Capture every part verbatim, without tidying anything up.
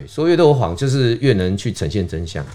说越多谎，就是越能去呈现真相。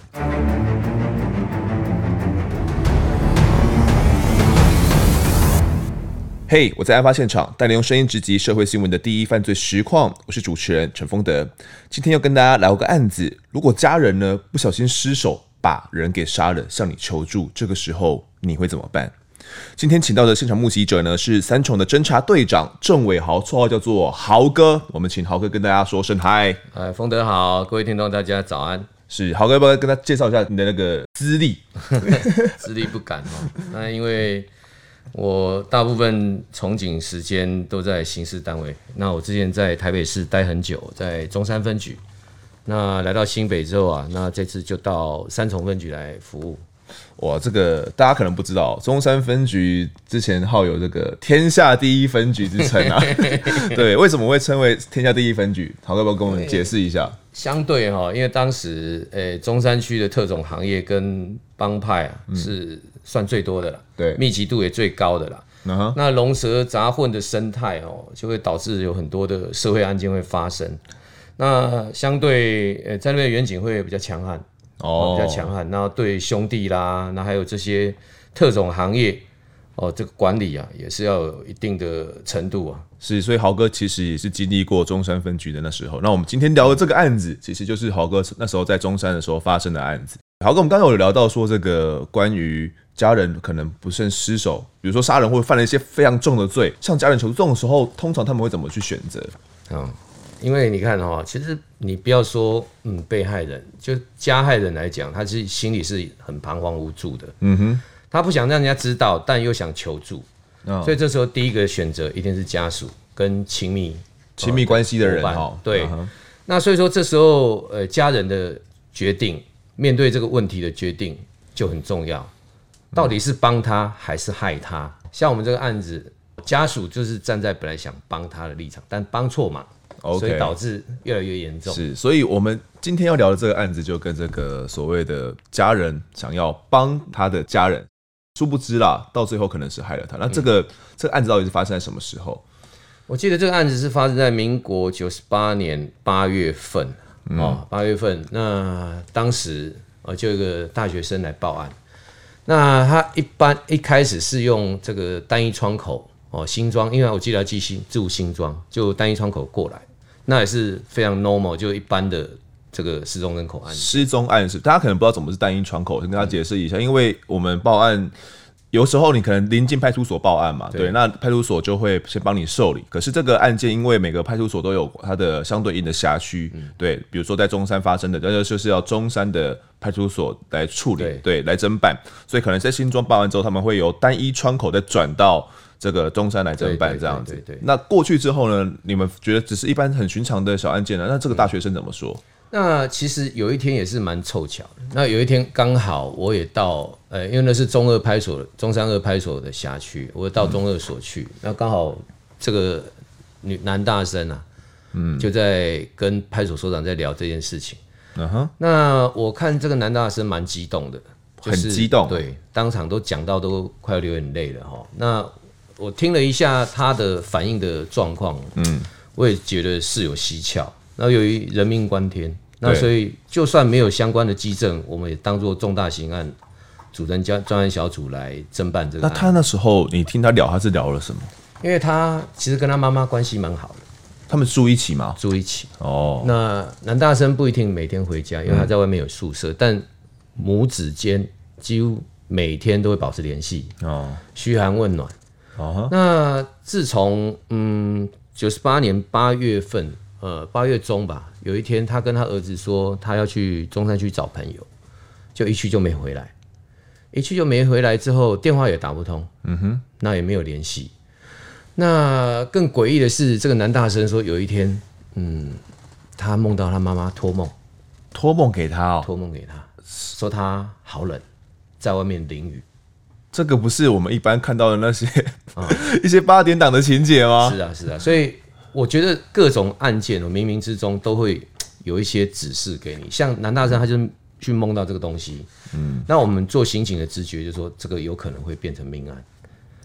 嘿、hey, 我在案发现场，带你用声音直击社会新闻的第一犯罪实况。我是主持人陈丰德，今天要跟大家聊个案子。如果家人呢不小心失手把人给杀了，向你求助，这个时候你会怎么办？今天请到的现场目击者呢是三重的侦查队长郑伟豪，绰号叫做豪哥。我们请豪哥跟大家说声嗨。 呃，丰德好，各位听众大家早安。 是豪哥，要不要跟他介绍一下你的那个资历？ 资历不敢哦，那因为我大部分从警时间都在刑事单位。那我之前在台北市待很久，在中山分局。那来到新北之后啊，那这次就到三重分局来服务。 哇，这个大家可能不知道，中山分局之前号有这个天下第一分局之称啊。对，为什么会称为天下第一分局？豪哥要不要跟我们解释一下？ 相对哈，因为当时诶、欸、中山区的特种行业跟帮派啊、嗯、是算最多的啦， 对， 密集度也最高的啦。Uh-huh. 那龙蛇杂混的生态哦，就会导致有很多的社会案件会发生。那相对呃，在那边远警会比较强悍。哦，比较强悍，那对兄弟啦，那还有这些特种行业哦，这个管理啊，也是要有一定的程度啊。 是，所以豪哥其实也是经历过中山分局的那时候。那我们今天聊的这个案子，其实就是豪哥那时候在中山的时候发生的案子。豪哥，我们刚刚有聊到说，这个关于家人可能不慎失手，比如说杀人或者犯了一些非常重的罪，向家人求助这种时候，通常他们会怎么去选择？ 嗯。因为你看哈，其实你不要说嗯被害人，就加害人来讲，他是心里是很彷徨无助的。嗯哼，他不想让人家知道，但又想求助，哦、所以这时候第一个选择一定是家属跟亲密亲密关系的人哈。 对，嗯、那所以说这时候呃家人的决定，面对这个问题的决定就很重要，到底是帮他还是害他？像我们这个案子，家属就是站在本来想帮他的立场，但帮错忙。Okay, 所以导致越来越严重。 是，所以我们今天要聊的这个案子，就跟这个所谓的家人想要帮他的家人，殊不知啦，到最后可能是害了他。那这个、嗯、这个案子到底是发生在什么时候？ 我记得这个案子是发生在民国九十八年八月份，嗯、哦，八月份。那当时呃，就有一个大学生来报案，那他一般一开始是用这个单一窗口哦，新庄，因为我记得要寄新住新庄，就单一窗口过来。那也是非常 normal， 就一般的这个失踪人口案。 失踪案是大家可能不知道怎么是单一窗口，先跟大家解释一下。因为我们报案，有时候你可能临近派出所报案嘛， 对, 对，那派出所就会先帮你受理。可是这个案件，因为每个派出所都有它的相对应的辖区，嗯、对，比如说在中山发生的，那就是要中山的派出所来处理，对，对来侦办。所以可能在新庄报案之后，他们会由单一窗口再转到这个中山来侦办这样子。对对对对对，那过去之后呢？你们觉得只是一般很寻常的小案件呢？那这个大学生怎么说？嗯、 那其实有一天也是蛮凑巧的。那有一天刚好我也到，呃，因为那是中二派出所、中山二派出所的辖区，我到中二所去。嗯、那刚好这个女男大生啊，嗯，就在跟派出所所长在聊这件事情。嗯哼。那我看这个男大生蛮激动的，就是， 很激动， 对，当场都讲到都快要流眼泪了哈。那我听了一下他的反应的状况，嗯，我也觉得事有蹊跷。那由于人命关天，那所以就算没有相关的基证，我们也当作重大刑案，组成专案小组来侦办这个案。 那他那时候你听他聊，他是聊了什么？ 因为他其实跟他妈妈关系蛮好的， 他们住一起吗？ 住一起。哦，那男大生不一定每天回家，因为他在外面有宿舍，嗯、但母子间几乎每天都会保持联系，哦，嘘寒问暖。Uh-huh. 那自从嗯九十八年八月份，呃八月中吧，有一天他跟他儿子说他要去中山区找朋友，就一去就没回来，一去就没回来之后电话也打不通，嗯哼，那也没有联系。那更诡异的是，这个男大生说有一天，嗯，他梦到他妈妈托梦， 托梦给他哦， 托梦给他，说他好冷，在外面淋雨。 这个不是我们一般看到的那些、嗯、一些八点档的情节吗？ 是啊，是啊，所以我觉得各种案件，冥冥之中都会有一些指示给你。像男大生，他就去梦到这个东西，嗯，那我们做刑警的直觉就是说，这个有可能会变成命案。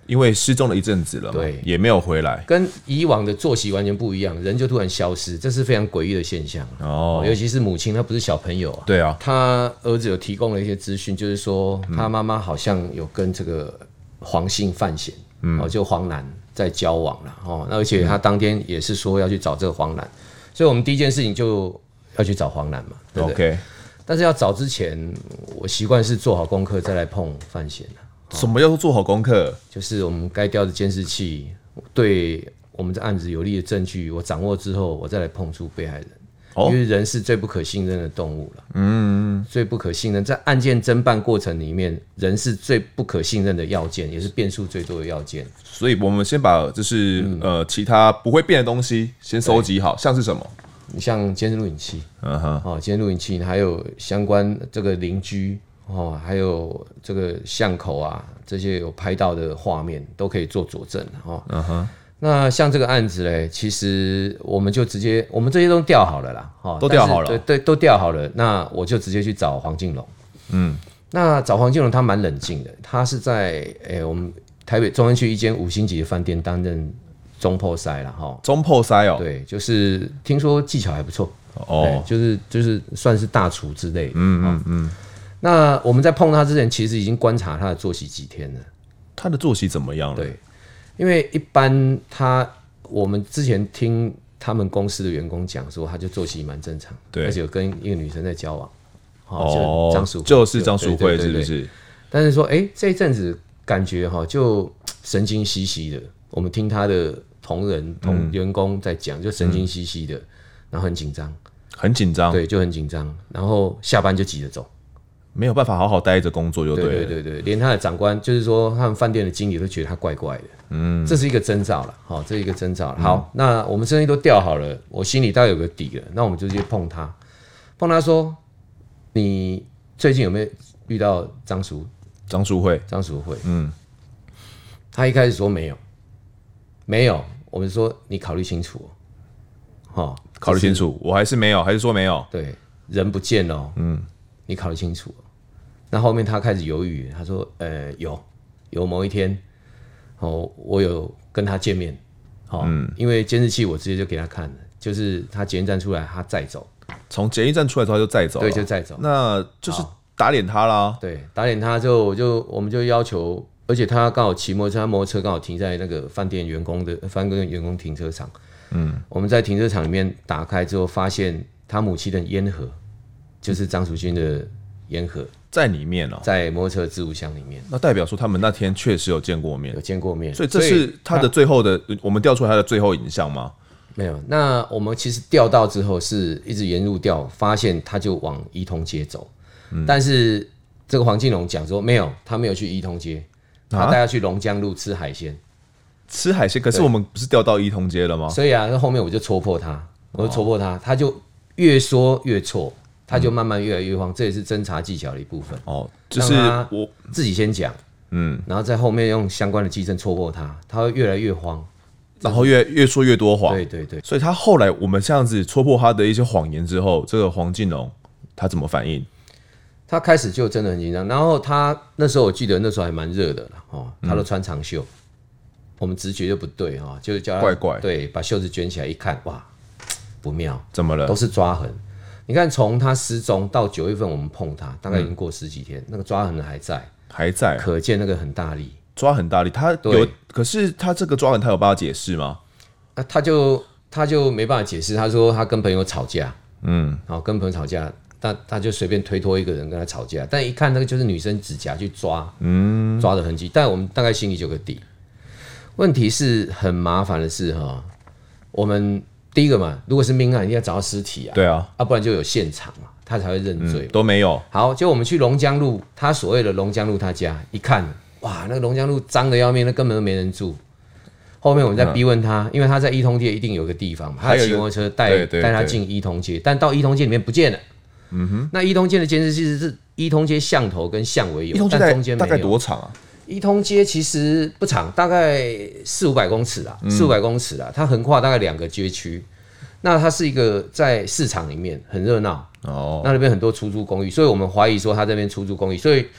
因为失踪了一阵子了嘛， 对， 也没有回来， 跟以往的作息完全不一样，人就突然消失，这是非常诡异的现象哦。尤其是母亲，她不是小朋友啊， 对啊， 她儿子有提供了一些资讯，就是说她妈妈好像有跟这个黄姓犯嫌，嗯，哦，就黄男在交往了哦。那而且她当天也是说要去找这个黄男，所以我们第一件事情就要去找黄男嘛，对不对？ OK。 但是要找之前，我习惯是做好功课再来碰犯嫌的。 什么叫做做好功课？ 就是我们该调的监视器，对我们这案子有利的证据，我掌握之后，我再来碰触被害人。哦、因为人是最不可信任的动物了。嗯，最不可信任，在案件侦办过程里面，人是最不可信任的要件，也是变数最多的要件。 所以我们先把就是、嗯、呃其他不会变的东西先收集好，像是什么？ 你像监视录影器，嗯哼，哦，监视录影器，还有相关这个邻居哦，还有这个巷口啊，这些有拍到的画面都可以做佐证哦。嗯哼，那像这个案子嘞，其实我们就直接，我们这些都调好了啦，哦， 都调好了， 对对，都调好了。那我就直接去找黄敬龙，嗯，那找黄敬龙他蛮冷静的，他是在诶、欸、我们台北中山区一间五星级的饭店担任。中破塞了哈， 中破塞哦， 对，就是听说技巧还不错哦，就是就是算是大厨之类的，嗯嗯嗯。那我们在碰他之前，其实已经观察他的作息几天了。 他的作息怎么样了？ 对，因为一般他我们之前听他们公司的员工讲说，他就作息蛮正常，对，而且有跟一个女生在交往，哦，张淑就是张淑慧是不是？ 但是说，哎、欸，这一阵子感觉哈，就神经兮兮的。我们听他的同仁、同员工在讲，就神经兮兮的，然后很紧张， 很紧张， 对，就很紧张，然后下班就急着走， 没有办法好好待着工作就对了， 对对对对，连他的长官，就是说他们饭店的经理都觉得他怪怪的，嗯，这是一个征兆了，好，这是一个征兆。好，那我们这些都调好了，我心里大概有个底了，那我们就直接碰他，碰他说，你最近有没有遇到张淑张淑慧？ 张淑慧，嗯，他一开始说没有。没有，我们说你考虑清楚、哦，哦， 考虑清楚，我还是没有，还是说没有？ 对，人不见了、哦，嗯，你考虑清楚、哦。那后面他开始犹豫，他说，呃，有，有某一天，哦，我有跟他见面，哦，嗯、因为监视器我直接就给他看了，就是他捷运站出来，他再走， 从捷运站出来之后他就再走， 对，就再走， 那就是打脸他啦， 对，打脸他之后，我就我们就要求。而且他刚好骑摩托车，他摩托车刚好停在那个饭店员工的饭店员工停车场。嗯，我们在停车场里面打开之后，发现他母亲的烟盒，就是张淑君的烟盒在里面哦， 在摩托车的置物箱里面。 那代表说他们那天确实有见过面， 有见过面。 所以这是他的最后的，我们调出来他的最后影像吗？ 没有。那我们其实调到之后是一直沿路调，发现他就往怡通街走。嗯、但是这个黄敬龙讲说没有，他没有去怡通街。他带他去龙江路吃海鲜， 吃海鲜。可是我们不是调到怡通街了吗？ 所以啊，那后面我就戳破他，我就戳破他，他就越说越错，他就慢慢越来越慌。这也是侦查技巧的一部分。哦， 就是我自己先讲，嗯，然后在后面用相关的基证戳破他，他会越来越慌， 然后越越说越多谎。 对对对。 所以他后来我们这样子戳破他的一些谎言之后，这个黄敬龙他怎么反应？ 他开始就真的很紧张，然后他那时候我记得那时候还蛮热的了哦，他都穿长袖，嗯、我们直觉就不对哈，就叫他怪怪， 对，把袖子卷起来一看，哇，不妙， 怎么了？ 都是抓痕。你看，从他失踪到九月份我们碰他，大概已经过十几天，嗯、那个抓痕还在， 还在， 可见那个很大力， 抓很大力。他有，可是他这个抓痕他有办法解释吗？ 啊，他就他就没办法解释，他说他跟朋友吵架，嗯，好，跟朋友吵架。他他就随便推脱一个人跟他吵架，但一看那个就是女生指甲去抓，嗯，抓的痕迹，但我们大概心里就有个底。问题是很麻烦的是哈，我们第一个嘛，如果是命案，一定要找到尸体啊， 对啊， 啊不然就有现场嘛，他才会认罪、嗯。 都没有。 好，就我们去龙江路，他所谓的龙江路他家，一看，哇，那个龙江路脏的要命，那根本都没人住。后面我们在逼问他，嗯、因为他在一通街一定有个地方嘛，他骑摩托车带带他进一通街，但到一通街里面不见了。嗯哼，那一通街的监视器是一通街巷头跟巷尾有，但中间没有。 大概多长啊？ 一通街其实不长，大概四五百公尺啦，四五百公尺啦，它横跨大概两个街区。那它是一个在市场里面很热闹哦，那那边很多出租公寓，所以我们怀疑说他这边出租公寓，所以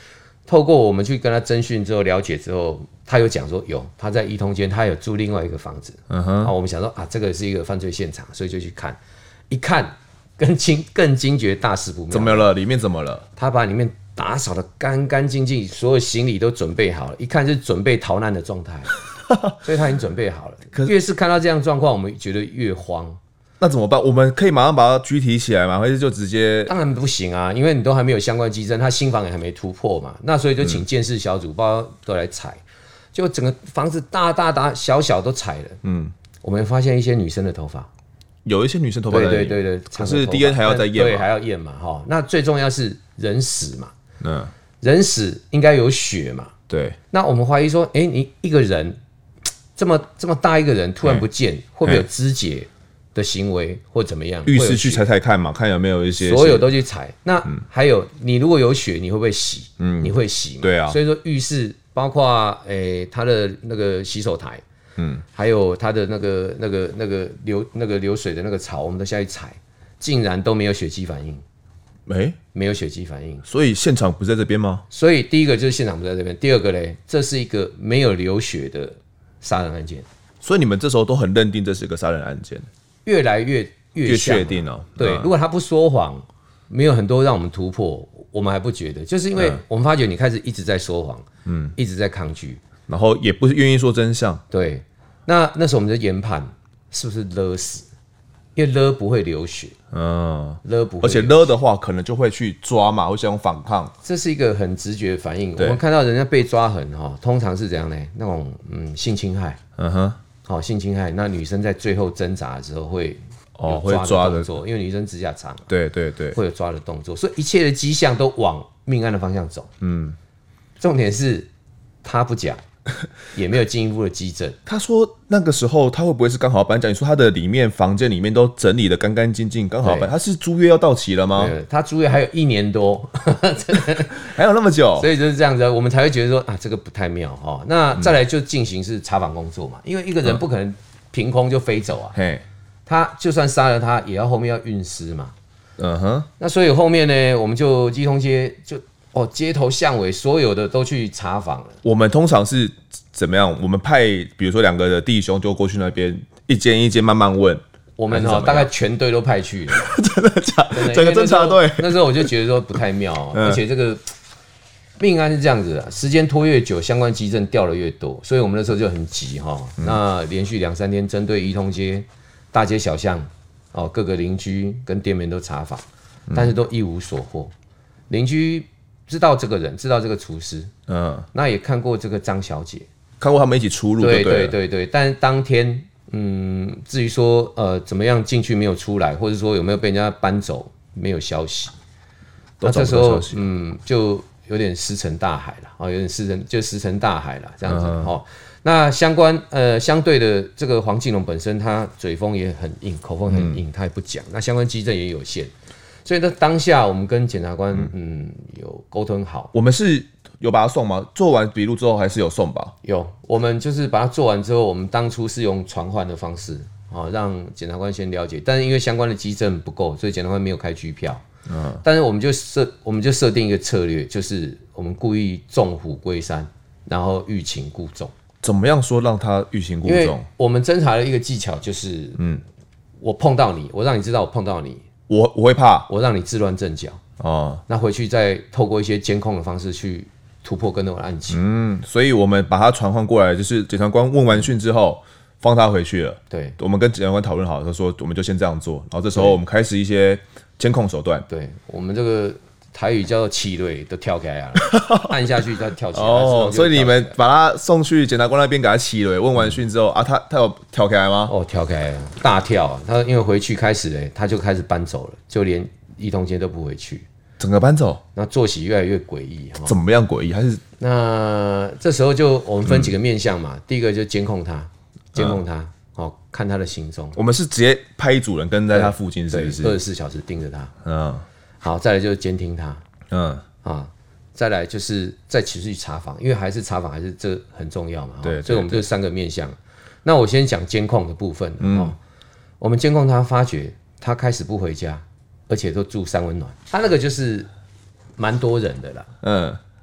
透过我们去跟他侦讯之后了解之后，他有讲说有他在一通间他有住另外一个房子，嗯哼，啊，我们想说啊这个是一个犯罪现场，所以就去看，一看更惊更惊觉大事不妙， 怎么了？里面怎么了？ 他把里面打扫的干干净净，所有行李都准备好了，一看就是准备逃难的状态，所以他已经准备好了。可是越是看到这样状况，我们觉得越慌。 那怎么办？我们可以马上把他拘提起来吗？还是就直接？ 当然不行啊，因为你都还没有相关基证，他新房也还没突破嘛。那所以就请鉴识小组，包括都来采，就整个房子大大大小小都采了。嗯，我们发现一些女生的头发， 有一些女生头发， 对对对对， 可是 D N 还要再验， 对，还要验嘛哈。那最重要是人屎嘛，嗯，人屎应该有血嘛， 对。 那我们怀疑说，哎、欸，你一个人这么这么大一个人突然不见，会不会有肢解的行为或怎么样？ 浴室去采采看嘛，看有没有一些， 所有都去采。那、嗯、还有，你如果有血，你会不会洗？嗯，你会洗嘛？ 对啊。 所以说浴室包括诶、欸、它的那个洗手台，嗯，还有它的那个那个那个流那个流水的那个槽，我们都下去采，竟然都没有血迹反应。 哎、欸， 没有血迹反应。 所以现场不在这边吗？ 所以第一个就是现场不在这边，第二个嘞，这是一个没有流血的杀人案件。 所以你们这时候都很认定这是个杀人案件。 越来越越确定了、哦， 对、嗯。如果他不说谎，没有很多让我们突破，我们还不觉得，就是因为我们发觉你开始一直在说谎，嗯，一直在抗拒， 然后也不是愿意说真相。 对，那那时候我们就研判是不是勒死，因为勒不会流血，嗯，勒不会， 而且勒的话可能就会去抓嘛，会想用反抗， 这是一个很直觉的反应。我们看到人家被抓痕哈，通常是怎样呢？那种嗯性侵害，嗯哼。好，性侵害，那女生在最后挣扎的时候会哦会抓的动作，因为女生指甲长， 对对对， 会有抓的动作，所以一切的迹象都往命案的方向走。嗯，重点是他不讲，也没有进一步的基证。 他说那个时候他会不会是刚好搬家？你说他的里面房间里面都整理的干干净净，刚好搬，他是租约要到期了吗？ 他租约还有一年多， 还有那么久， 所以就是这样子，我们才会觉得说啊，这个不太妙哈。那再来就进行是查访工作嘛，因为一个人不可能凭空就飞走啊，嗯、他就算杀了他，也要后面要运尸嘛。嗯哼，那所以后面呢，我们就基通街就哦街头巷尾所有的都去查访了。 我们通常是怎么样？我们派比如说两个的弟兄就过去那边一间一间慢慢问。 我们哈大概全队都派去了， 真的假的？整个侦查队那时候我就觉得说不太妙、啊嗯，而且这个命案是这样子的，时间拖越久，相关基证掉的越多，所以我们那时候就很急哈、嗯。那连续两三天，针对一通街大街小巷哦，各个邻居跟店面都查访，但是都一无所获。邻居知道这个人，知道这个厨师，嗯，那也看过这个张小姐， 看过他们一起出入，对对对对，但当天。嗯，至于说呃怎么样进去没有出来，或者说有没有被人家搬走，没有消息。那这时候嗯就有点石沉大海了，哦，有点石沉就石沉大海了这样子、嗯、哦。那相关呃相对的这个黄敬龙本身他嘴风也很硬，口风很硬，嗯、他也不讲。那相关基证也有限，所以在当下我们跟检察官嗯, 嗯有沟通好， 我们是。有把它送吗？做完笔录之后还是有送吧？ 有，我们就是把它做完之后，我们当初是用传唤的方式，哦，让检察官先了解，但是因为相关的基证不够，所以检察官没有开拘票。嗯，但是我们就设我们就设定一个策略，就是我们故意纵虎归山，然后欲擒故纵。 怎么样说让他欲擒故纵？ 因为我们侦查的一个技巧就是，嗯，我碰到你，我让你知道我碰到你， 我我会怕， 我让你自乱阵脚。哦，那回去再透过一些监控的方式去。突破更多的案情， 嗯，所以我们把他传唤过来，就是检察官问完讯之后，放他回去了。 对，我们跟检察官讨论好，他说我们就先这样做，然后这时候我们开始一些监控手段。 对，我们这个台语叫做起雷都跳开啊，按下去再跳起来。 哦，所以你们把他送去检察官那边给他起雷，问完讯之后啊，他他有跳开吗？ 哦，跳开，大跳啊！他因为回去开始嘞，他就开始搬走了，就连一通街都不回去。 整个搬走， 那作息越来越诡异。 怎么样诡异？还是那这时候就我们分几个面向嘛。嗯、第一个就监控他，监控他，嗯、哦，看他的行踪。 我们是直接派一组人跟在他附近，是不是？ 二十四小时盯着他。嗯，好，再来就是监听他。嗯啊，再来就是再持续查访，因为还是查访，还是这很重要嘛。对， 对， 对，所以我们就三个面向。那我先讲监控的部分。嗯、哦，我们监控他，发觉他开始不回家。而且都住三温暖，他那个就是蛮多人的啦，嗯，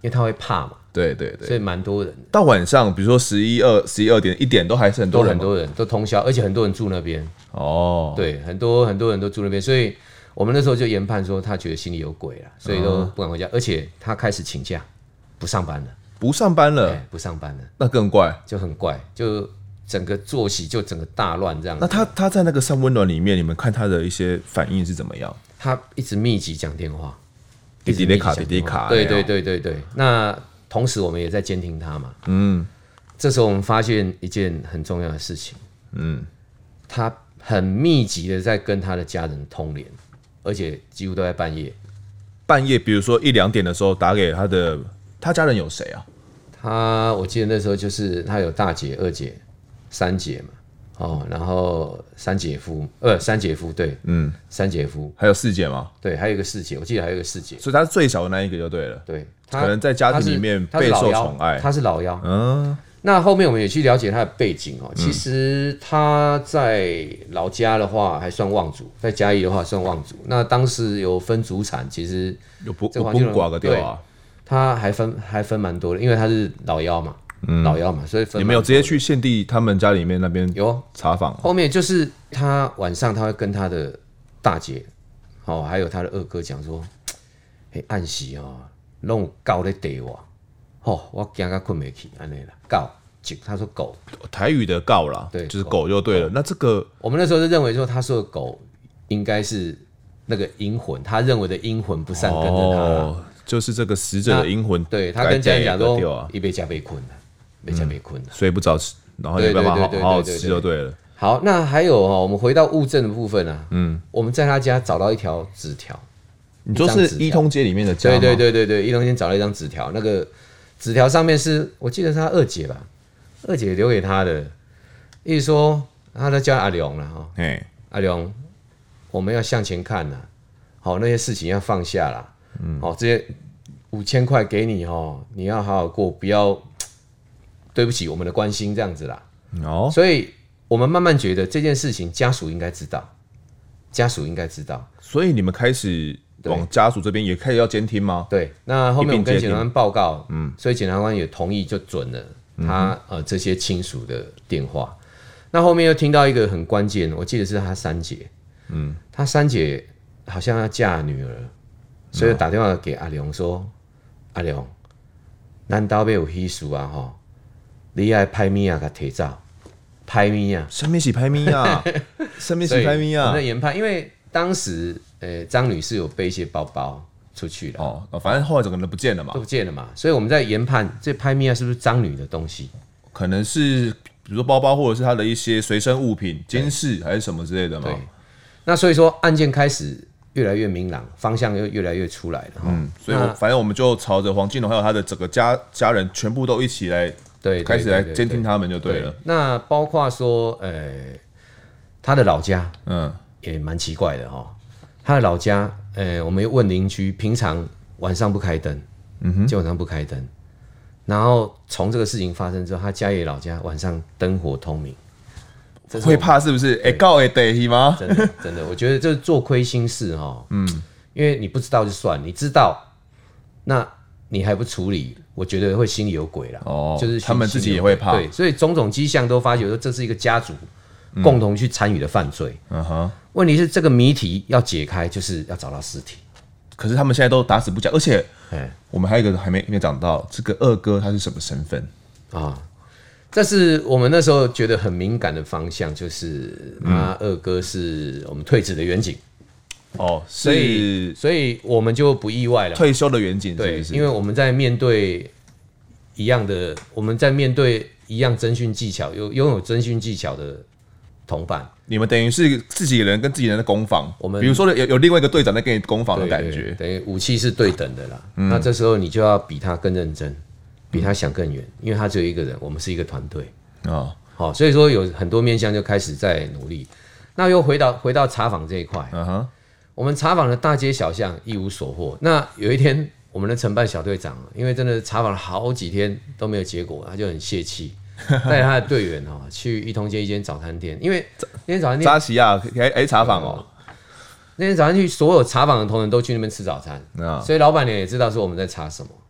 为他会怕嘛。 对对对， 所以蛮多人的。 到晚上，比如说十一二、十一二点、一点，都还是很多人， 很多人都通宵，而且很多人住那边。哦，对，很多很多人都住那边，所以我们那时候就研判说，他觉得心里有鬼了，所以都不敢回家，嗯、而且他开始请假，不上班了， 不上班了， 不上班了， 那更怪， 就很怪，就整个作息就整个大乱这样。 那他他在那个三温暖里面，你们看他的一些反应是怎么样？ 他一直密集讲电话， 滴滴滴卡滴滴卡， 对对对对对，那。同时，我们也在监听他嘛。嗯，这时候我们发现一件很重要的事情。嗯，他很密集的在跟他的家人通联，而且几乎都在半夜。 半夜，比如说一两点的时候打给他的，他家人有谁啊？ 他我记得那时候就是他有大姐、二姐、三姐嘛。哦，然后三姐夫，呃，三姐夫对，嗯，三姐夫， 还有四姐吗？ 对，还有一个四姐，我记得还有一个四姐， 所以他是最小的那一个就对了。 对， 可能在家庭里面备受宠爱。 他是老幺，嗯。那后面我们也去了解他的背景哦，其实他在老家的话还算望族，在嘉义的话算望族。那当时有分祖产，其实有不有不寡个掉啊， 他还分还分蛮多的，因为他是老幺嘛。嗯、老幺嘛，所以分你们有直接去献帝他们家里面那边有查访？ 后面就是他晚上他会跟他的大姐，哦，还有他的二哥讲说，嘿，暗时哦，弄狗在逮我，哦，我惊到困不起，安尼啦，狗，他说狗， 台语的告啦， 对， 就是狗就对了。那这个我们那时候就认为说，他说的狗应该是那个阴魂，他认为的阴魂不善跟着他、哦， 就是这个死者的阴魂。 对他跟家人讲说，一被家被困了。被家被困了， 睡不着，然后也没办法好好好吃就对了。 好，那还有哦，我们回到物证的部分啊，嗯，我们在他家找到一条纸条， 你说是一通街里面的家吗？ 对对对对对，一通街找了一张纸条，那个纸条上面是我记得是他二姐吧，二姐留给他的，意思说他都叫阿良了哈，哎，阿良，我们要向前看呐，好，那些事情要放下啦，嗯，好，这些五千块给你哦，你要好好过，不要。对不起，我们的关心这样子啦，哦，所以我们慢慢觉得这件事情家属应该知道，家属应该知道， 所以你们开始往家属这边也开始要监听吗？ 对，那后面我们跟检察官报告，嗯，所以检察官也同意就准了他、嗯、呃这些亲属的电话。那后面又听到一个很关键，我记得是他三姐，嗯，他三姐好像要嫁女儿，所以打电话给阿良说，嗯、阿良，咱家要有喜事啊吼。你爱拍咪啊，给提走，拍咪啊， 什么是拍咪啊？什么是拍咪啊？ 我们的研判，因为当时呃张女士有背一些包包出去了， 哦，反正后来整个人不见了嘛， 都不见了嘛，所以我们在研判这拍咪啊是不是张女的东西？ 可能是比如说包包，或者是她的一些随身物品、金饰还是什么之类的嘛。对， 那所以说案件开始越来越明朗，方向又越来越出来了。嗯， 所以我反正我们就朝着黄金龙还有他的整个家家人全部都一起来。对，开始来监听他们就对了。 对，那包括说，呃，他的老家，嗯，也蛮奇怪的哈、哦。他的老家，呃，我们又问邻居，平常晚上不开灯，嗯哼，基本上不开灯。然后从这个事情发生之后，他家里老家晚上灯火通明， 会怕是不是？会告会得去吗？ 真的真的，我觉得这是做亏心事哈、哦。嗯，因为你不知道就算，你知道，那你还不处理。我觉得会心里有鬼啦，哦，就是他们自己也会怕， 对，所以种种迹象都发觉说这是一个家族共同去参与的犯罪。嗯哼，问题是这个谜题要解开，就是要找到尸体。 可是他们现在都打死不讲，而且我们还有一个还没没讲到，这个二哥他是什么身份啊？这是我们那时候觉得很敏感的方向，就是他二哥是我们退职的远警。哦，所以所以我们就不意外了。 退休的远景， 对，因为我们在面对一样的，我们在面对一样侦讯技巧，有拥有侦讯技巧的同伴， 你们等于是自己人跟自己人的攻防。我们比如说有有另外一个队长在跟你攻防的感觉， 等于武器是对等的啦。嗯、那这时候你就要比他更认真，比他想更远，因为他只有一个人，我们是一个团队啊。好、哦，所以说有很多面向就开始在努力。那又回到回到查访这一块，嗯哼。我们查访的大街小巷一无所获。那有一天，我们的承办小队长，因为真的查访了好几天都没有结果，他就很泄气，带着他的队员哦去一通街一间早餐店，因为那天早餐店扎西亚哎哎查访哦， 那天早上去所有查访的同仁都去那边吃早餐，嗯、所以老板娘也知道说我们在查什么，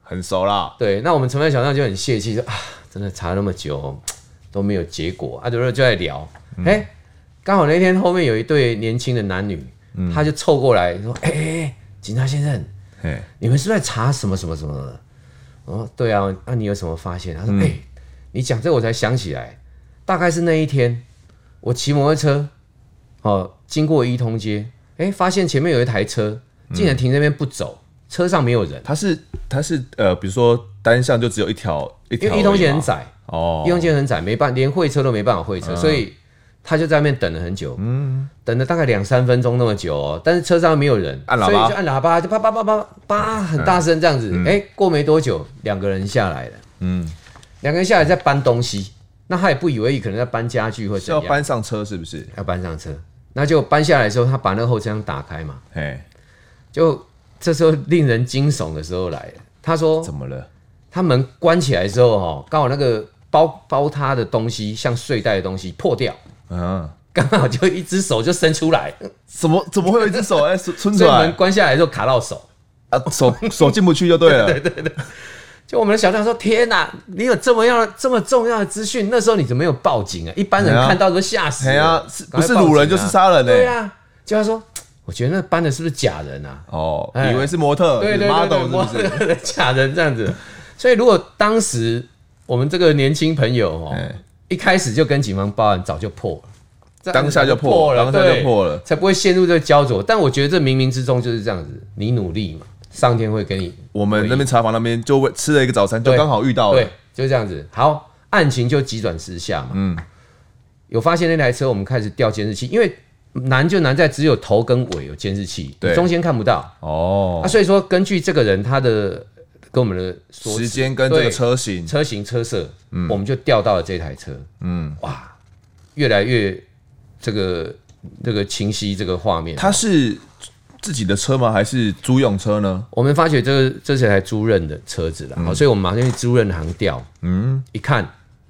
很熟啦。 对，那我们承办小张就很泄气，说啊，真的查了那么久都没有结果啊，对不对？就在聊，哎、嗯，刚好那天后面有一对年轻的男女，嗯、他就凑过来说，哎、欸、哎，警察先生，你们是不是在查什么什么什么的？哦，对啊，那、啊、你有什么发现？他说，哎、嗯欸，你讲这个我才想起来，大概是那一天我骑摩托车，哦，经过一通街，哎、欸，发现前面有一台车竟然停在那边不走。车上没有人， 它是它是呃，比如说单向就只有一条一条， 因为一通街很窄哦， 一通街很窄，没办连会车都没办法会车，嗯、所以他就在那边等了很久，嗯，等了大概两三分钟那么久哦，但是车上没有人， 按喇叭， 所以就按喇叭，就啪啪啪啪啪很大声这样子，哎、嗯欸，过没多久，两个人下来了，嗯，两个人下来在搬东西，那他也不以为意，可能在搬家具或者要搬上车是不是？ 要搬上车，那就搬下来的时候，他把那个后车厢打开嘛，哎，就。这时候令人惊悚的时候来了。他说：“ 怎么了？ 他门关起来的时候，哈，刚好那个包包他的东西，像睡袋的东西破掉，嗯，刚好就一只手就伸出来。 怎么怎么会有一只手哎伸出来？ 门关下来的时候卡到手啊，手手进不去就对了。 对对对。就我们的小张说：天哪，你有这么样这么重要的资讯，那时候你怎么没有报警啊？一般人看到都吓死了。哎呀， 不是掳人就是杀人呢。 对啊，就他说。”我觉得那搬的是不是假人啊？ 哦，以为是模特， 对对对 model 是不是假人这样子？所以如果当时我们这个年轻朋友哦，一开始就跟警方报案，早就破了， 当下就破了，当下就破了， 才不会陷入这个焦灼。但我觉得这冥冥之中就是这样子，你努力嘛，上天会给你。 我们那边茶房那边就吃了一个早餐，就刚好遇到了， 对，就这样子。好，案情就急转直下嘛。嗯，有发现那台车，我们开始调监视器，因为。难就难在只有头跟尾有监视器，中间看不到哦。啊，所以说根据这个人他的跟我们的时间跟这个车型、 车型、车色，嗯，我们就调到了这台车，嗯，哇，越来越这个这个清晰这个画面。 它是自己的车吗？还是租用车呢？ 我们发觉这个这是台租赁的车子了，嗯，所以我们马上去租赁行调，嗯，一看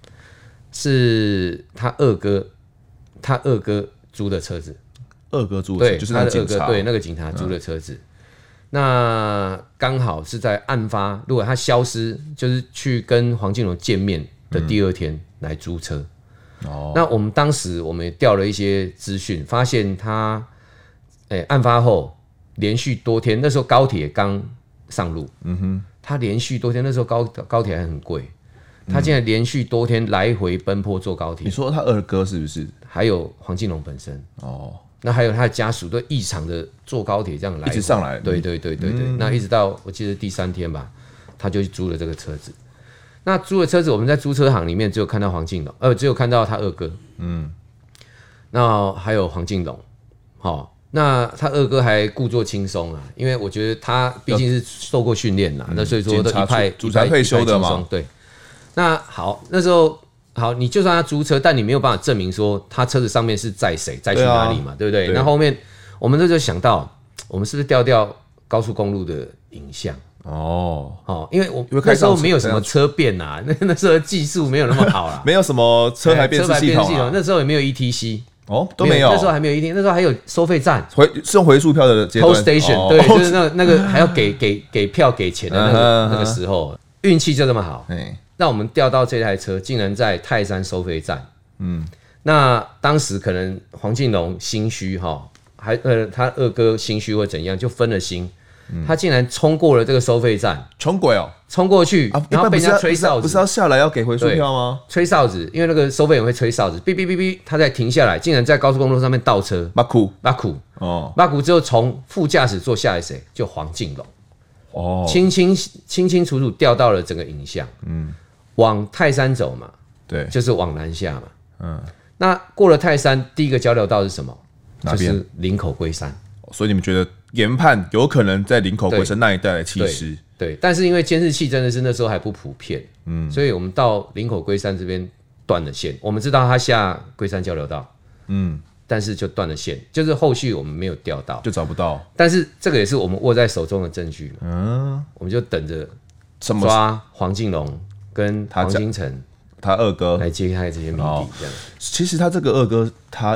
是他二哥，他二哥。租的车子， 二哥租的车对， 就是那个警察， 对，那个警察租的车子。嗯、那刚好是在案发，如果他消失，就是去跟黄敬龙见面的第二天来租车。嗯、哦，那我们当时我们也调了一些资讯，发现他，哎、欸，案发后连续多天，那时候高铁刚上路，嗯哼，他连续多天，那时候高高铁还很贵。他竟然连续多天来回奔波坐高铁。 你说他二哥是不是？ 还有黄敬龙本身哦，那还有他的家属都异常的坐高铁这样来， 一直上来。 对对对对对，嗯、那一直到我记得第三天吧，他就租了这个车子。那租了车子，我们在租车行里面只有看到黄敬龙，呃，只有看到他二哥。嗯，那还有黄敬龙，好、哦，那他二哥还故作轻松啊，因为我觉得他毕竟是受过训练啦，嗯、那所以说都一派主裁退休的嘛， 对。那好，那时候好，你就算他租车，但你没有办法证明说他车子上面是载谁，载去哪里嘛， 对,、啊、对不对？那后面我们那就想到，我们是不是调调高速公路的影像？哦哦，因为我那时候没有什么车变啊，那那时候技术没有那么好啦， 没有什么车牌辨识系统、啊， 那时候也没有 E T C 哦，都没有， 那时候还没有 E T C， 那时候还有收费站， 回是用回数票的阶段 ，Toll Station，、哦、对，就是那那个还要给给给票给钱的那个那个时候，运气就这么好。让我们调到这台车，竟然在泰山收费站。嗯，那当时可能黄敬龙心虚哈，还呃他二哥心虚或怎样，就分了心。嗯、他竟然冲过了这个收费站， 穷鬼哦， 冲过去， 啊、 然后被人家吹哨子， 不是要下来要给回数票吗？ 吹哨子，因为那个收费员会吹哨子，哔哔哔哔，他再停下来，竟然在高速公路上面倒车， 马苦马苦哦，马苦之后从副驾驶座下来谁？就黄敬龙。哦，清清清清楚楚调到了整个影像。嗯。往泰山走嘛， 对， 就是往南下嘛。嗯，那过了泰山，第一个交流道是什么？就是林口龟山。 所以你们觉得研判有可能在林口龟山那一带来弃尸？ 对，但是因为监视器真的是那时候还不普遍，嗯，所以我们到林口龟山这边断了线。我们知道他下龟山交流道，嗯，但是就断了线，就是后续我们没有调到， 就找不到。 但是这个也是我们握在手中的证据嘛，嗯，我们就等着抓黄敬龙。跟黄金城， 他二哥来揭开这些谜底，这样。 其实他这个二哥，他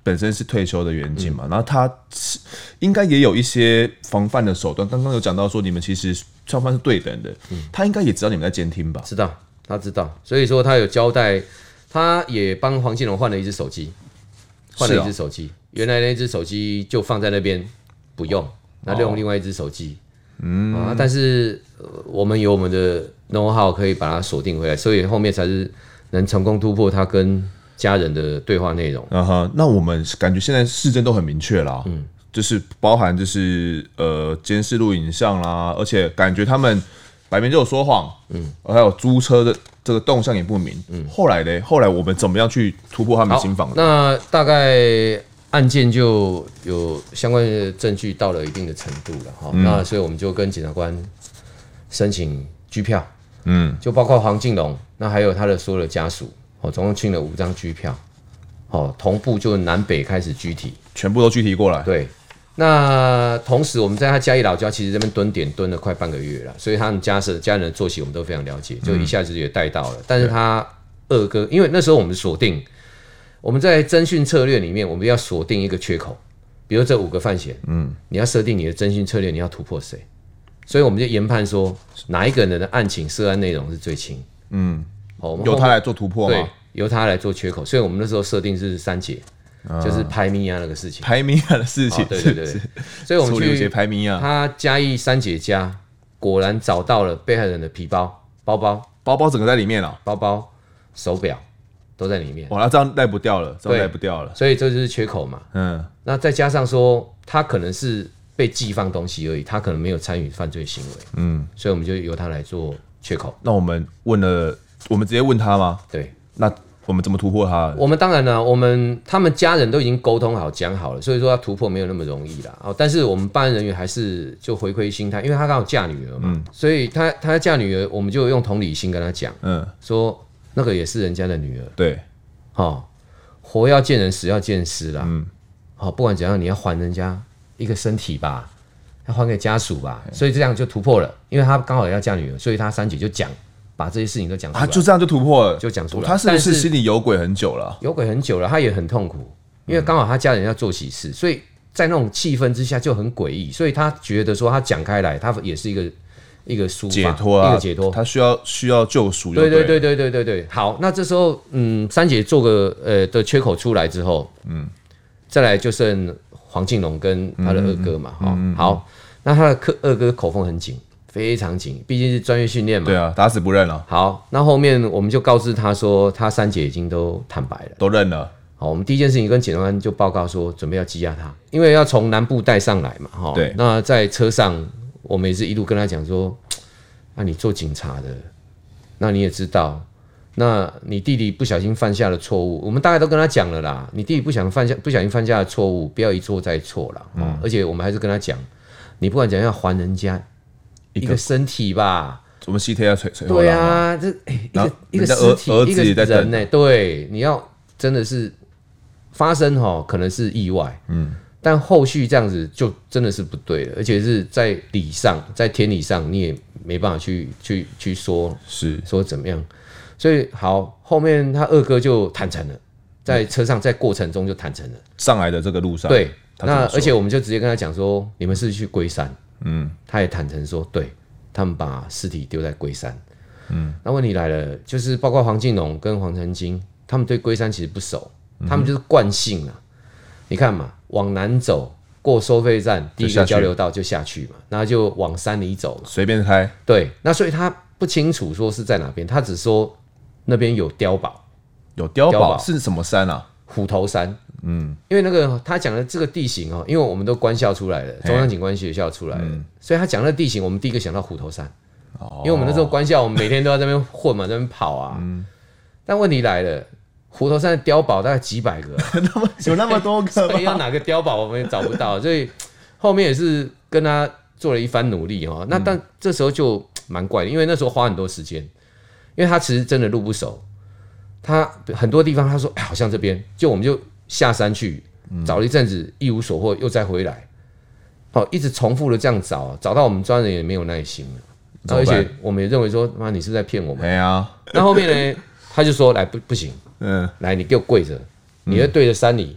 本身是退休的员警嘛，嗯、然后他应该也有一些防范的手段。刚刚有讲到说你们其实双方是对等的，嗯、他应该也知道你们在监听吧？ 知道，他知道，所以说他有交代，他也帮黄金龙换了一只手机，换了一只手机，哦、原来那只手机就放在那边不用，那就用另外一只手机。嗯啊，但是、呃、我们有我们的 know how 可以把它锁定回来，所以后面才是能成功突破他跟家人的对话内容。 啊哈，那我们感觉现在事证都很明确啦，嗯，就是包含就是呃监视录影像啦，而且感觉他们摆明就有说谎，嗯，还有租车的这个动向也不明，嗯，后来呢，后来我们怎么样去突破他们心防的？ 那大概。案件就有相关的证据到了一定的程度了哈，嗯、那所以我们就跟检察官申请居票，嗯，就包括黄敬龙，那还有他的所有的家属，哦，总共清了五张居票，哦，同步就南北开始居提， 全部都居提过来。 对，那同时我们在他嘉义老家，其实这边蹲点蹲了快半个月了，所以他们家是家人的作息我们都非常了解，就一下子也带到了。嗯、但是他二哥，因为那时候我们锁定。我们在侦讯策略里面，我们要锁定一个缺口，比如这五个犯嫌，嗯，你要设定你的侦讯策略，你要突破谁？所以我们就研判说，哪一个人的案情涉案内容是最轻，嗯， 哦，由他来做突破吗？ 对，由他来做缺口。所以我们那时候设定是三姐，啊、就是拍米亚那个事情， 拍米亚的事情，哦、 对对对对。所以我们去拍米亚， 他嘉义三姐家，果然找到了被害人的皮包、包包、 包包整个在里面了， 包包、手表。都在里面， 哇，那这样带不掉了，这样带不掉了， 所以这就是缺口嘛。嗯，那再加上说，他可能是被寄放东西而已，他可能没有参与犯罪行为。嗯，所以我们就由他来做缺口。 那我们问了，我们直接问他吗？ 对， 那我们怎么突破他？ 我们当然呢，我们他们家人都已经沟通好、讲好了，所以说要突破没有那么容易啦。哦，但是我们办案人员还是就回馈心态，因为他刚好嫁女儿嘛，嗯、所以他他嫁女儿，我们就用同理心跟他讲，嗯，说。那个也是人家的女儿， 对， 哦，活要见人，死要见尸啦，嗯，好、哦，不管怎样，你要还人家一个身体吧，要还给家属吧，所以这样就突破了，因为他刚好要嫁女儿，所以他三姐就讲，把这些事情都讲出来， 啊，就这样就突破了， 就讲出来。 他是不是心里有鬼很久了？ 有鬼很久了，他也很痛苦，因为刚好他家人要做喜事，所以在那种气氛之下就很诡异，所以他觉得说他讲开来，他也是一个。一个抒发解脱啊， 一个解脱， 他需要需要救赎。 对对对对对对对。好，那这时候，嗯，三姐做个呃的缺口出来之后，嗯，再来就剩黄敬龙跟他的二哥嘛，哈、嗯嗯嗯，好，那他的二哥口风很紧，非常紧，毕竟是专业训练嘛。 对啊，打死不认了。 好，那后面我们就告知他说，他三姐已经都坦白了， 都认了。 好，我们第一件事情跟检察官就报告说，准备要羁押他，因为要从南部带上来嘛，哈。对。那在车上。我们也是一路跟他讲说，啊，你做警察的，那你也知道，那你弟弟不小心犯下了错误，我们大概都跟他讲了啦。你弟弟不想犯下不小心犯下的错误，不要一错再错了、嗯。而且我们还是跟他讲，你不管怎样要还人家一个身体吧。 我们西天要捶捶对啊，这、欸、一个一个尸体， 儿子也在人呢、欸。对，你要真的是发生哈，可能是意外，嗯。但后续这样子就真的是不对了，而且是在理上，在天理上你也没办法去去去说， 是说怎么样。所以好，后面他二哥就坦诚了，在车上在过程中就坦诚了。 上来的这个路上， 对，那而且我们就直接跟他讲说，你们是去龟山，嗯，他也坦诚说，对他们把尸体丢在龟山，嗯，那问题来了，就是包括黄敬龙跟黄成金，他们对龟山其实不熟，他们就是惯性啊。你看嘛，往南走过收费站，第一个交流道就下去嘛，然后就往山里走嘛， 随便开。 对，那所以他不清楚说是在哪边，他只说那边有碉堡， 有碉堡是什么山啊？ 虎头山。嗯，因为那个他讲的这个地形哦，因为我们都官校出来的，中央警官学校出来的，嗯、所以他讲的地形，我们第一个想到虎头山。哦，因为我们那时候官校，我们每天都在那边混嘛，在那边跑啊。嗯，但问题来了。虎头山的碉堡大概几百个、啊， 有那么多个， 所以要哪个碉堡我们也找不到，所以后面也是跟他做了一番努力哈。那但这时候就蛮怪的，因为那时候花很多时间，因为他其实真的路不熟，他很多地方他说、哎、好像这边，就我们就下山去找了一阵子，一无所获，又再回来，好一直重复的这样找，找到我们专人也没有耐心了，而且我们也认为说妈你是不是在骗我们？ 对啊， 那后面呢，他就说来不不行。嗯，来，你给我跪着，你要对着山里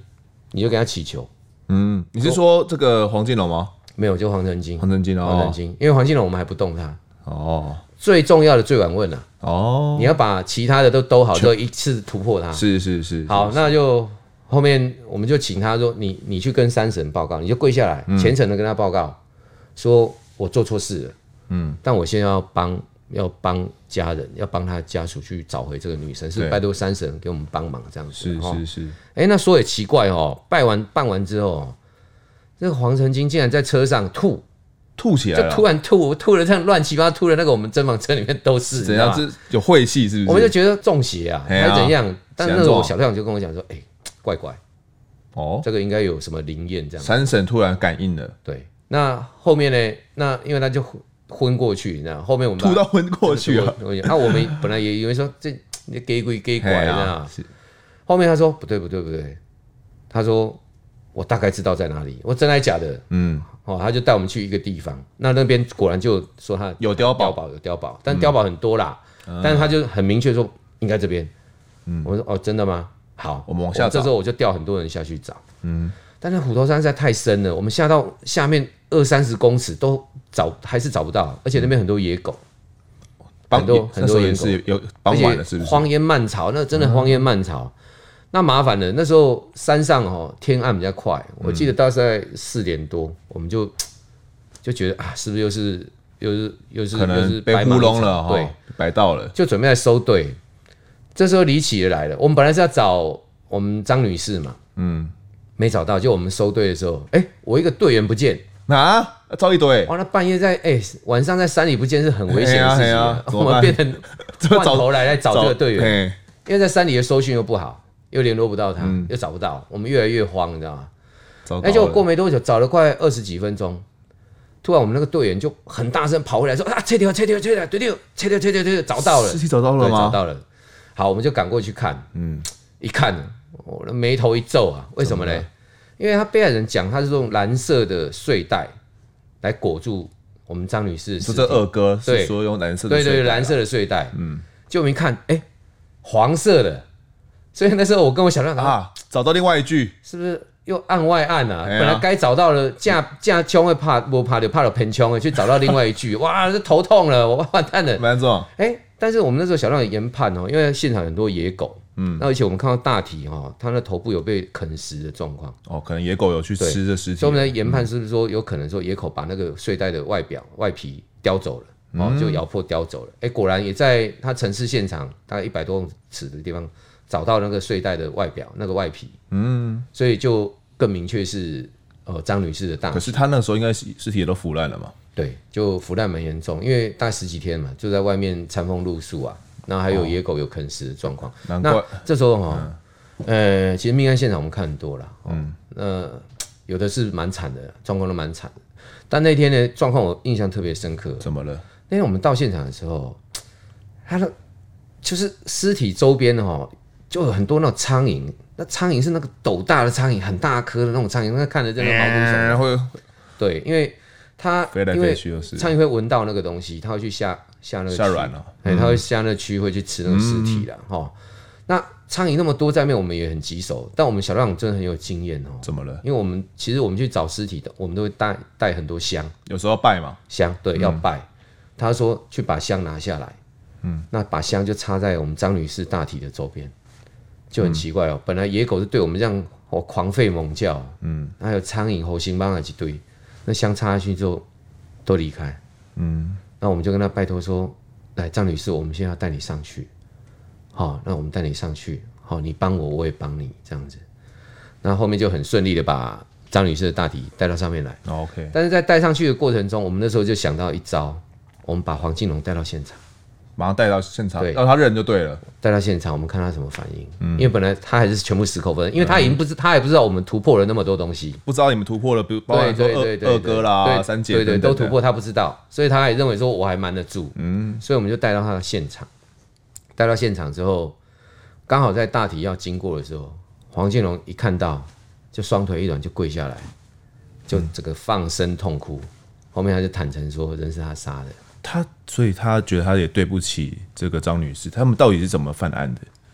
你就给他祈求。 嗯，你是说这个黄金龙吗？ 没有，就黄成金。 黄成金哦， 黄成金，因为黄金龙我们还不动它。 哦， 最重要的最晚问啊。 哦， 你要把其他的都兜好，就一次突破它。 是是是。 好，那就后面我们就请他说，你你去跟山神报告，你就跪下来，嗯、虔诚的跟他报告，说我做错事了，嗯，但我现在要帮要帮家人，要帮他家属去找回这个女神，是拜托山神给我们帮忙这样子。 是是是。 哎、欸，那说也奇怪哦，拜完办完之后，这个黄成金竟然在车上吐。 吐起来了， 就突然吐，吐了这样乱七八糟，吐的那个我们针房车里面都是， 怎样？是有晦气是不是？ 我们就觉得中邪啊，还是怎样？但那个我小队长就跟我讲说，哎、欸，怪怪，哦，这个应该有什么灵验这样。 山神突然感应了， 对。那后面呢？那因为他就昏过去，你知道，后面我们吐到昏过去了。 啊，我们本来也以为说这你给鬼给拐，你知道。后面他说不对不对不对，他说我大概知道在哪里，我真的假的？嗯。哦，他就带我们去一个地方，那那边果然就说他有碉堡， 碉堡有碉堡，但碉堡很多啦，嗯、但是他就很明确说应该这边。嗯，我说哦，真的吗？好， 我们往下找。 这时候我就调很多人下去找。嗯，但是虎头山实在太深了，我们下到下面二三十公尺都找还是找不到，而且那边很多野狗， 嗯、 很多很多野狗， 有傍晚了是不是？ 荒烟蔓草，那真的荒烟蔓草。嗯那麻烦了，那时候山上哦天暗比较快，我记得大概四点多，我们就就觉得啊，是不是又是又是又是可能被糊弄了，对，白到了， 就准备来收队。这时候李启也来了，我们本来是要找我们张女士嘛，嗯，没找到，就我们收队的时候，哎、欸，我一个队员不见啊，招一堆， 哇，那半夜在哎、欸、晚上在山里不见是很危险的事情、啊， 啊、 我们变成换头来来找这个队员，因为在山里的收讯又不好。又联络不到他、嗯，又找不到，我们越来越慌，你知道吗？哎，结果过没多久，找了快二十几分钟，突然我们那个队员就很大声跑回来说：“啊，切掉，切掉，切掉，对对，切掉，切掉，切掉，找到了， 尸体找到了吗？ 找到了。”好，我们就赶过去看，嗯，一看，我的眉头一皱啊，为什么呢？因为他被害人讲他是用蓝色的睡袋来裹住我们张女士的尸体， 说这二哥是说用蓝色的睡袋， 对对对，蓝色的睡袋，嗯，就我们一看，哎、欸，黄色的。所以那时候我跟我小亮啊，找到另外一句， 是不是又案外案啊？本来该找到了架架枪会怕不怕就怕了偏枪，去找到另外一句，哇，这头痛了，我完蛋了。 没错， 哎，但是我们那时候小亮研判哦，因为现场很多野狗，嗯，那而且我们看到大体哈，它的头部有被啃食的状况， 哦，可能野狗有去吃这尸体， 所以我们的研判是不是说有可能说野狗把那个睡袋的外表外皮叼走了，哦，就咬破叼走了。哎，果然也在它陈尸现场大概一百多公尺的地方。找到那个睡袋的外表，那个外皮，嗯，所以就更明确是呃张女士的大体。 可是她那时候应该尸体也都腐烂了嘛？ 对，就腐烂蛮严重，因为大概十几天嘛，就在外面餐风露宿啊，然后还有野狗有啃食的状况。 难怪那这时候哈、哦，嗯、呃，其实命案现场我们看很多了，嗯，那有的是蛮惨的，状况都蛮惨的。但那天呢，状况我印象特别深刻。 怎么了？ 那天我们到现场的时候，他的就是尸体周边哈。就有很多那种苍蝇，那苍蝇是那个斗大的苍蝇，很大颗的那种苍蝇，那看着真的毛骨悚然。对，因为它飞来飞去又是苍蝇会闻到那个东西，它会去下下那个下软了， 哎、嗯，它会下那个蛆，会去吃那个尸体啦。哈、嗯，那苍蝇那么多在面，我们也很棘手，但我们小亮真的很有经验哦。 怎么了？ 因为我们其实我们去找尸体的，我们都会带带很多香， 有时候要拜嘛， 香对、嗯、要拜。他说去把香拿下来，嗯，那把香就插在我们张女士大体的周边。就很奇怪哦，嗯、本来野狗是对我们这样哦狂吠猛叫，嗯，还有苍蝇、猴形帮啊几堆，那香插下去之后都离开，嗯，那我们就跟他拜托说，来张女士，我们现在要带你上去，好、哦，那我们带你上去，好、哦，你帮我，我也帮你这样子，那后面就很顺利的把张女士的大体带到上面来、 哦、，OK， 但是在带上去的过程中，我们那时候就想到一招，我们把黄金龙带到现场。 马上带到现场，让他认就对了。 带到现场，我们看他什么反应。嗯、因为本来他还是全部矢口分，因为他已经不知，他也不知道我们突破了那么多东西， 不知道你们突破了，比如包括说二二哥啦、三姐， 对对，都突破，他不知道，所以他也认为说我还瞒得住。嗯，所以我们就带到他的现场。带到现场之后，刚好在大体要经过的时候，黄建龙一看到，就双腿一软，就跪下来，就整个放声痛哭。后面他就坦诚说，人是他杀的。 他所以他觉得他也对不起这个张女士，他们到底是怎么犯案的？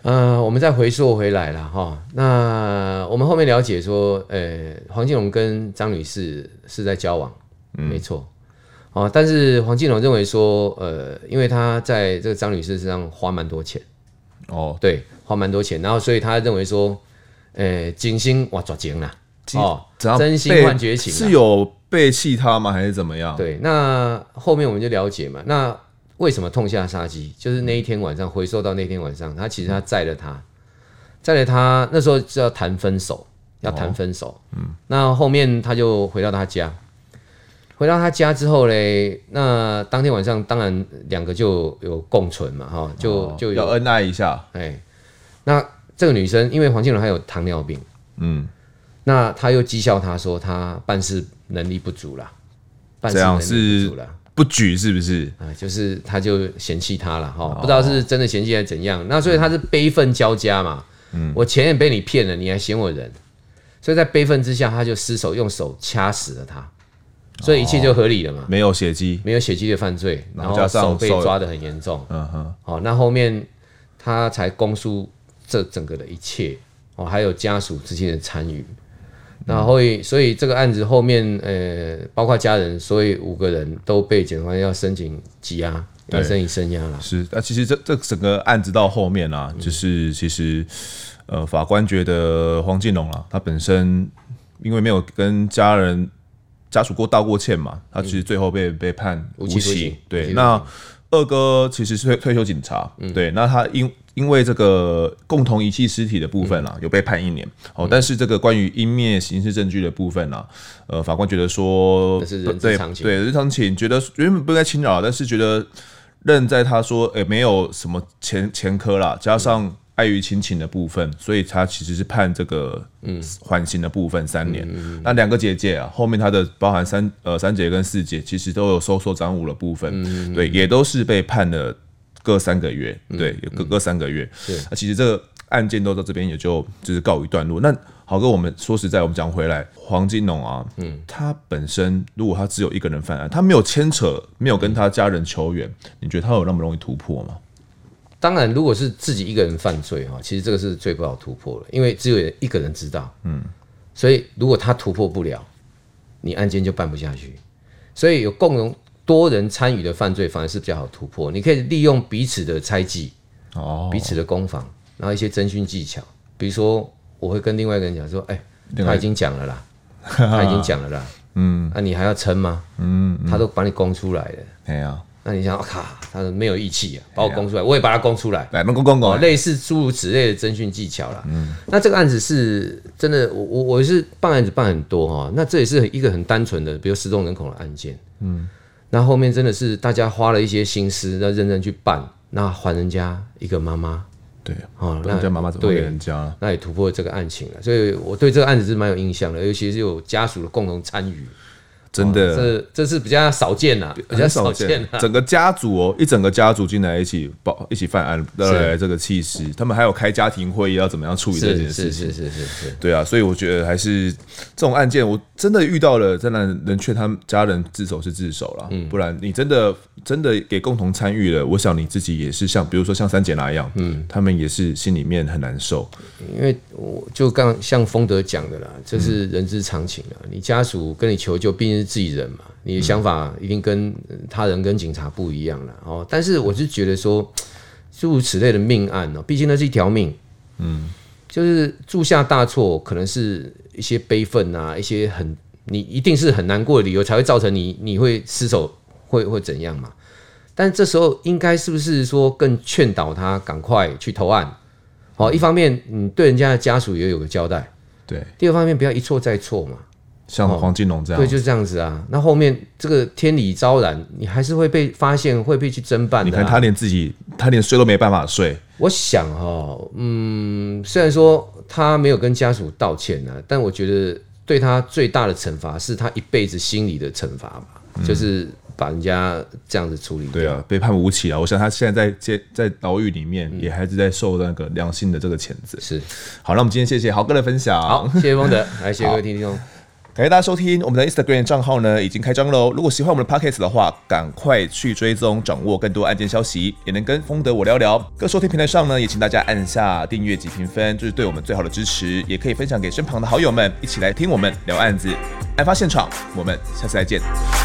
呃，我们再回溯回来了哈。那我们后面了解说，呃，黄金荣跟张女士是在交往，嗯、没错。哦，但是黄金荣认为说，呃，因为他在这个张女士身上花蛮多钱，哦，对，花蛮多钱，然后所以他认为说，呃，金星哇抓紧啦，哦，真心换绝情， 是有背弃他吗？还是怎么样？ 对，那后面我们就了解嘛，那。为什么痛下杀机？就是那一天晚上，回溯到那天晚上，他其实他载了他，载了他，那时候是要谈分手，要谈分手。哦、嗯，那后面他就回到他家，回到他家之后嘞，那当天晚上当然两个就有共存嘛，哈，就、哦、就要恩爱一下。 哎，那这个女生因为黄金荣还有糖尿病，嗯，那他又讥笑他说他办事能力不足啦，办事能力不足啦。 不举是不是啊？就是他就嫌弃他了哈，哦、不知道是真的嫌弃还是怎样。那所以他是悲愤交加嘛。嗯，我钱也被你骗了，你还嫌我人，所以在悲愤之下，他就失手用手掐死了他，所以一切就合理了嘛。哦、 没有血迹， 没有血迹的犯罪，然后手被抓得很严重。嗯哼，好，那后面他才供述这整个的一切哦，还有家属之间的参与。然后，所以这个案子后面，呃，包括家人，所以五个人都被检察官要申请羁押，要申请声押了。 是，那、啊、其实这这整个案子到后面啊，嗯、就是其实，呃，法官觉得黄金荣啊，他本身因为没有跟家人家属过道过歉嘛，他其实最后被、嗯、被判无期。对，那二哥其实是退退休警察，嗯、对，那他因。因为这个共同遗弃尸体的部分啦，嗯、有被判一年。哦，但是这个关于湮灭刑事证据的部分啦，呃，法官觉得说， 这是人之常情， 对，对，日常情，觉得原本不应该侵扰，但是觉得认在他说，哎、欸，没有什么前前科啦，加上碍于亲情的部分，所以他其实是判这个缓刑的部分三年。嗯、那两个姐姐啊，后面他的包含三呃三姐跟四姐，其实都有收受赃物的部分，嗯、对，也都是被判了。各三个月，对，各各三个月。那、嗯、其实这个案件都到这边也就就是告一段落。那好哥，我们说实在，我们讲回来，黄金荣啊，嗯，他本身如果他只有一个人犯案，他没有牵扯，没有跟他家人求援，你觉得他有那么容易突破吗？ 当然，如果是自己一个人犯罪哈，其实这个是最不好突破的，因为只有一个人知道，嗯，所以如果他突破不了，你案件就办不下去。所以有共同。多人参与的犯罪反而是比较好突破，你可以利用彼此的猜忌，哦，彼此的攻防，然后一些侦讯技巧，比如说我会跟另外一个人讲说，哎、欸，他已经讲了啦，他已经讲了啦，嗯，那、啊、你还要撑吗？嗯，他都把你供出来了，哎呀、啊，那你想，卡，他没有义气啊，把我供出来，我也把他供出来， 来，供供供， 类似诸如此类的侦讯技巧啦。嗯，那这个案子是真的，我我我是办案子办很多哈，那这也是一个很单纯的，比如失踪人口的案件，嗯。那后面真的是大家花了一些心思，要认真去办，那还人家一个妈妈， 对，哦，人家妈妈怎么给人家？ 那也突破这个案情了，所以我对这个案子是蛮有印象的，尤其是有家属的共同参与。 真的， 哦、这这是比较少见啦，比较少见。 整个家族哦，一整个家族进来一起报一起犯案，带来这个气势。他们还有开家庭会议，要怎么样处理这件事情？ 是是是是是。 对啊，所以我觉得还是这种案件，我真的遇到了，真的能劝他们家人自首是自首啦，嗯、不然你真的真的给共同参与了，我想你自己也是像，比如说像三姐那样，嗯，他们也是心里面很难受。 因为我就刚像丰德讲的啦，这是人之常情啦。你家属跟你求救，毕竟是自己人嘛，你的想法一定跟他人跟警察不一样啦。哦，但是我是觉得说，诸如此类的命案哦，毕竟那是一条命，嗯，就是铸下大错，可能是一些悲愤啊，一些很你一定是很难过的理由，才会造成你你会失手，会会怎样嘛？但这时候应该是不是说更劝导他赶快去投案？好，一方面你对人家的家属也有个交代， 对； 第二方面不要一错再错嘛， 像黄金荣这样， 对，就是这样子啊。那后面这个天理昭然，你还是会被发现，会被去侦办的、啊。 你看他连自己，他连睡都没办法睡。 我想哈，嗯，虽然说他没有跟家属道歉啊，但我觉得对他最大的惩罚是他一辈子心理的惩罚吧，嗯、就是把人家这样子处理掉。 对啊，被判无期啊！我想他现在在在牢狱里面，也还是在受那个良心的这个谴责。 是， 好，那我们今天谢谢豪哥的分享。 好，谢谢丰德，来谢谢各位听众。 感谢大家收听我们的 Instagram 账号呢，已经开张喽。如果喜欢我们的 Podcast 的话，赶快去追踪，掌握更多案件消息，也能跟丰德我聊聊。各收听平台上呢，也请大家按下订阅及评分，这是对我们最好的支持。也可以分享给身旁的好友们，一起来听我们聊案子。案发现场，我们下次再见。